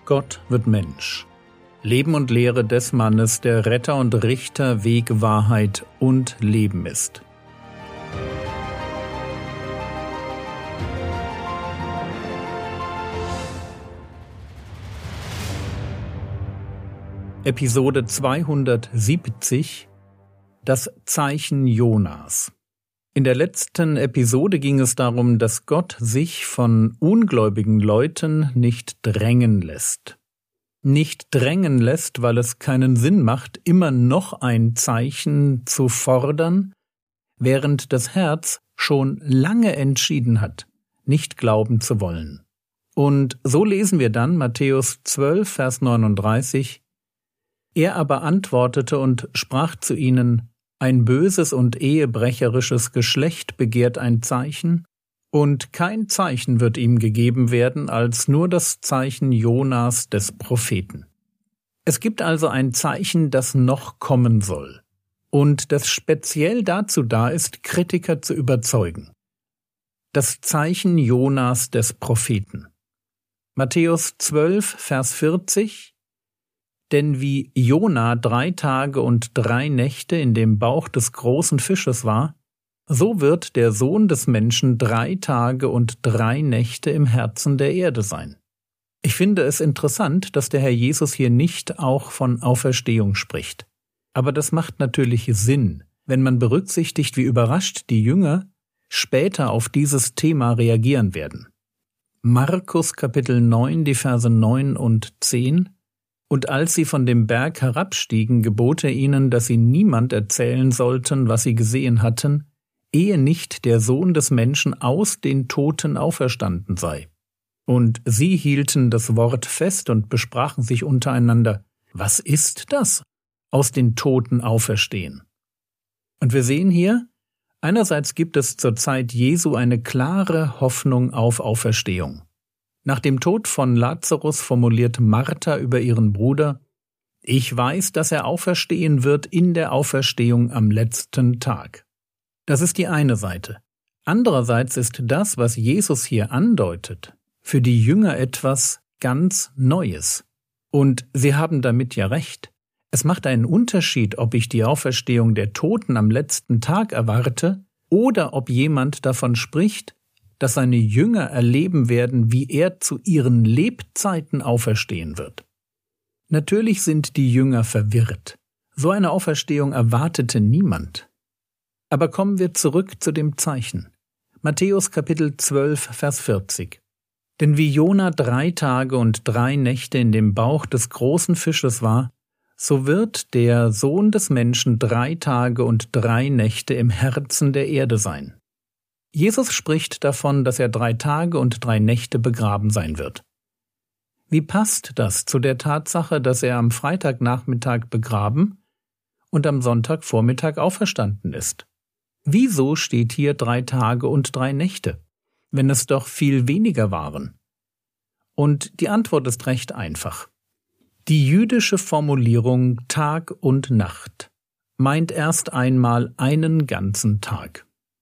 Gott wird Mensch. Leben und Lehre des Mannes, der Retter und Richter, Weg, Wahrheit und Leben ist. Episode 270 – Das Zeichen Jonas. In der letzten Episode ging es darum, dass Gott sich von ungläubigen Leuten nicht drängen lässt. Nicht drängen lässt, weil es keinen Sinn macht, immer noch ein Zeichen zu fordern, während das Herz schon lange entschieden hat, nicht glauben zu wollen. Und so lesen wir dann Matthäus 12, Vers 39: Er aber antwortete und sprach zu ihnen: Ein böses und ehebrecherisches Geschlecht begehrt ein Zeichen, und kein Zeichen wird ihm gegeben werden, als nur das Zeichen Jonas des Propheten. Es gibt also ein Zeichen, das noch kommen soll, und das speziell dazu da ist, Kritiker zu überzeugen. Das Zeichen Jonas des Propheten. Matthäus 12, Vers 40: Denn wie Jona 3 Tage und 3 Nächte in dem Bauch des großen Fisches war, so wird der Sohn des Menschen 3 Tage und 3 Nächte im Herzen der Erde sein. Ich finde es interessant, dass der Herr Jesus hier nicht auch von Auferstehung spricht. Aber das macht natürlich Sinn, wenn man berücksichtigt, wie überrascht die Jünger später auf dieses Thema reagieren werden. Markus Kapitel 9, die Verse 9 und 10: Und als sie von dem Berg herabstiegen, gebot er ihnen, dass sie niemand erzählen sollten, was sie gesehen hatten, ehe nicht der Sohn des Menschen aus den Toten auferstanden sei. Und sie hielten das Wort fest und besprachen sich untereinander: Was ist das? Aus den Toten auferstehen. Und wir sehen hier, einerseits gibt es zur Zeit Jesu eine klare Hoffnung auf Auferstehung. Nach dem Tod von Lazarus formuliert Martha über ihren Bruder: Ich weiß, dass er auferstehen wird in der Auferstehung am letzten Tag. Das ist die eine Seite. Andererseits ist das, was Jesus hier andeutet, für die Jünger etwas ganz Neues. Und sie haben damit ja recht. Es macht einen Unterschied, ob ich die Auferstehung der Toten am letzten Tag erwarte oder ob jemand davon spricht, dass seine Jünger erleben werden, wie er zu ihren Lebzeiten auferstehen wird. Natürlich sind die Jünger verwirrt. So eine Auferstehung erwartete niemand. Aber kommen wir zurück zu dem Zeichen. Matthäus Kapitel 12, Vers 40. Denn wie Jona 3 Tage und 3 Nächte in dem Bauch des großen Fisches war, so wird der Sohn des Menschen 3 Tage und 3 Nächte im Herzen der Erde sein. Jesus spricht davon, dass er 3 Tage und 3 Nächte begraben sein wird. Wie passt das zu der Tatsache, dass er am Freitagnachmittag begraben und am Sonntagvormittag auferstanden ist? Wieso steht hier 3 Tage und 3 Nächte, wenn es doch viel weniger waren? Und die Antwort ist recht einfach. Die jüdische Formulierung Tag und Nacht meint erst einmal einen ganzen Tag.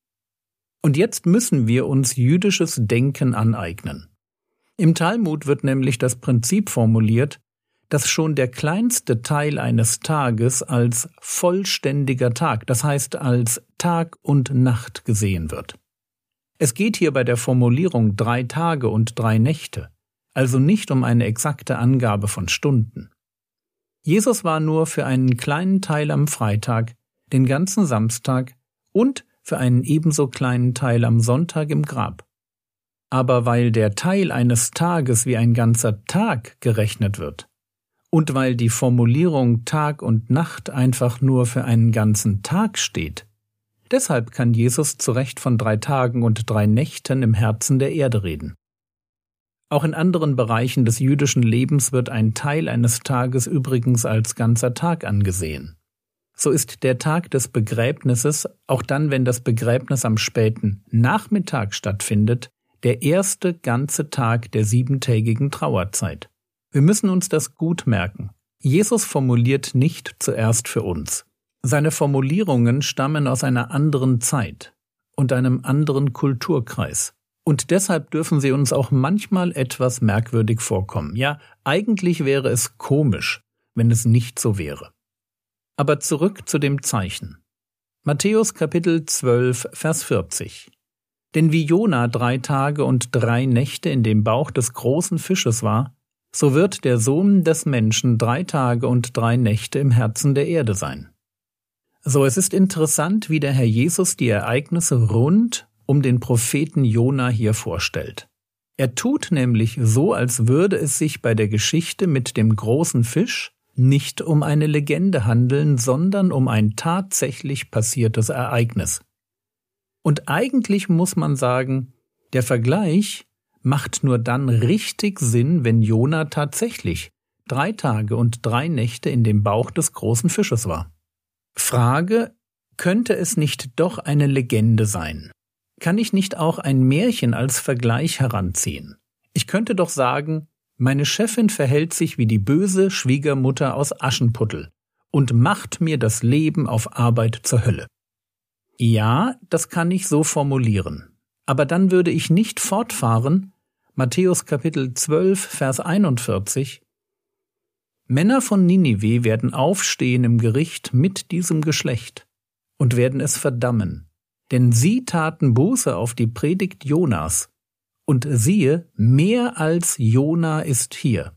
Und jetzt müssen wir uns jüdisches Denken aneignen. Im Talmud wird nämlich das Prinzip formuliert, dass schon der kleinste Teil eines Tages als vollständiger Tag, das heißt als Tag und Nacht gesehen wird. Es geht hier bei der Formulierung 3 Tage und 3 Nächte, also nicht um eine exakte Angabe von Stunden. Jesus war nur für einen kleinen Teil am Freitag, den ganzen Samstag und für einen ebenso kleinen Teil am Sonntag im Grab. Aber weil der Teil eines Tages wie ein ganzer Tag gerechnet wird und weil die Formulierung Tag und Nacht einfach nur für einen ganzen Tag steht, deshalb kann Jesus zu Recht von 3 Tagen und 3 Nächten im Herzen der Erde reden. Auch in anderen Bereichen des jüdischen Lebens wird ein Teil eines Tages übrigens als ganzer Tag angesehen. So ist der Tag des Begräbnisses, auch dann, wenn das Begräbnis am späten Nachmittag stattfindet, der erste ganze Tag der 7-tägigen Trauerzeit. Wir müssen uns das gut merken. Jesus formuliert nicht zuerst für uns. Seine Formulierungen stammen aus einer anderen Zeit und einem anderen Kulturkreis. Und deshalb dürfen sie uns auch manchmal etwas merkwürdig vorkommen. Ja, eigentlich wäre es komisch, wenn es nicht so wäre. Aber zurück zu dem Zeichen. Matthäus Kapitel 12, Vers 40. Denn wie Jona 3 Tage und 3 Nächte in dem Bauch des großen Fisches war, so wird der Sohn des Menschen 3 Tage und 3 Nächte im Herzen der Erde sein. So, es ist interessant, wie der Herr Jesus die Ereignisse rund um den Propheten Jona hier vorstellt. Er tut nämlich so, als würde es sich bei der Geschichte mit dem großen Fisch nicht um eine Legende handeln, sondern um ein tatsächlich passiertes Ereignis. Und eigentlich muss man sagen, der Vergleich macht nur dann richtig Sinn, wenn Jona tatsächlich 3 Tage und 3 Nächte in dem Bauch des großen Fisches war. Frage: Könnte es nicht doch eine Legende sein? Kann ich nicht auch ein Märchen als Vergleich heranziehen? Ich könnte doch sagen, meine Chefin verhält sich wie die böse Schwiegermutter aus Aschenputtel und macht mir das Leben auf Arbeit zur Hölle. Ja, das kann ich so formulieren. Aber dann würde ich nicht fortfahren, Matthäus Kapitel 12, Vers 41, Männer von Ninive werden aufstehen im Gericht mit diesem Geschlecht und werden es verdammen. Denn sie taten Buße auf die Predigt Jonas, und siehe, mehr als Jona ist hier.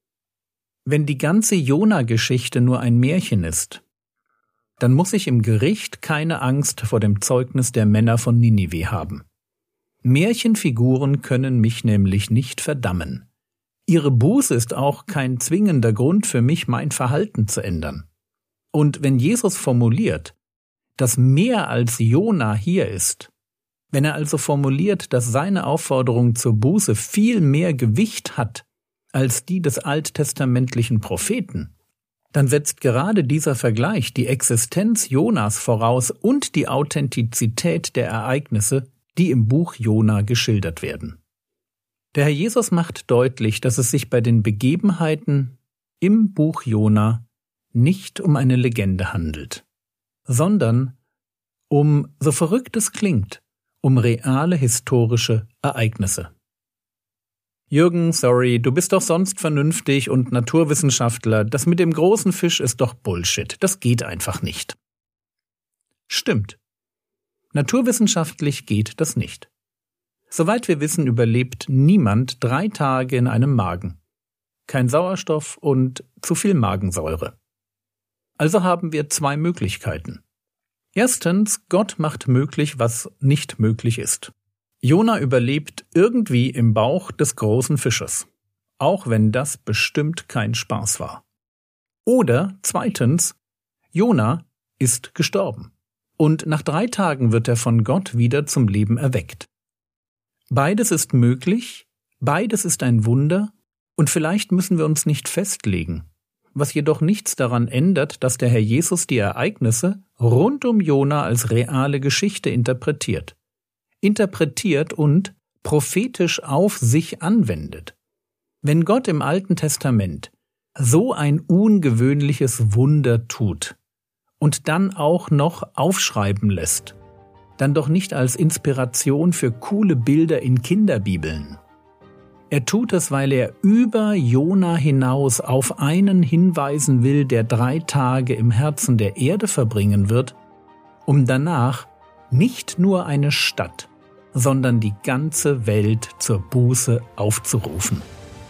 Wenn die ganze Jona-Geschichte nur ein Märchen ist, dann muss ich im Gericht keine Angst vor dem Zeugnis der Männer von Ninive haben. Märchenfiguren können mich nämlich nicht verdammen. Ihre Buße ist auch kein zwingender Grund für mich, mein Verhalten zu ändern. Und wenn Jesus formuliert, dass mehr als Jona hier ist, wenn er also formuliert, dass seine Aufforderung zur Buße viel mehr Gewicht hat als die des alttestamentlichen Propheten, dann setzt gerade dieser Vergleich die Existenz Jonas voraus und die Authentizität der Ereignisse, die im Buch Jona geschildert werden. Der Herr Jesus macht deutlich, dass es sich bei den Begebenheiten im Buch Jona nicht um eine Legende handelt, sondern so verrückt es klingt, um reale historische Ereignisse. Jürgen, sorry, du bist doch sonst vernünftig und Naturwissenschaftler, das mit dem großen Fisch ist doch Bullshit, das geht einfach nicht. Stimmt. Naturwissenschaftlich geht das nicht. Soweit wir wissen, überlebt niemand 3 Tage in einem Magen. Kein Sauerstoff und zu viel Magensäure. Also haben wir 2 Möglichkeiten. Erstens, Gott macht möglich, was nicht möglich ist. Jona überlebt irgendwie im Bauch des großen Fisches, auch wenn das bestimmt kein Spaß war. Oder zweitens, Jona ist gestorben und nach 3 Tagen wird er von Gott wieder zum Leben erweckt. Beides ist möglich, beides ist ein Wunder und vielleicht müssen wir uns nicht festlegen, was jedoch nichts daran ändert, dass der Herr Jesus die Ereignisse rund um Jona als reale Geschichte interpretiert und prophetisch auf sich anwendet. Wenn Gott im Alten Testament so ein ungewöhnliches Wunder tut und dann auch noch aufschreiben lässt, dann doch nicht als Inspiration für coole Bilder in Kinderbibeln. Er tut es, weil er über Jona hinaus auf einen hinweisen will, der 3 Tage im Herzen der Erde verbringen wird, um danach nicht nur eine Stadt, sondern die ganze Welt zur Buße aufzurufen.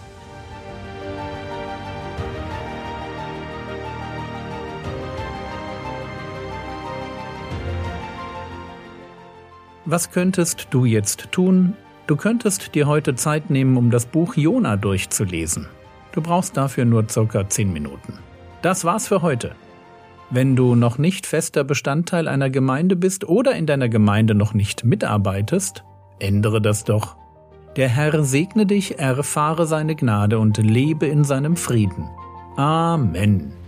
Was könntest du jetzt tun? Du könntest dir heute Zeit nehmen, um das Buch Jona durchzulesen. Du brauchst dafür nur ca. 10 Minuten. Das war's für heute. Wenn du noch nicht fester Bestandteil einer Gemeinde bist oder in deiner Gemeinde noch nicht mitarbeitest, ändere das doch. Der Herr segne dich, erfahre seine Gnade und lebe in seinem Frieden. Amen.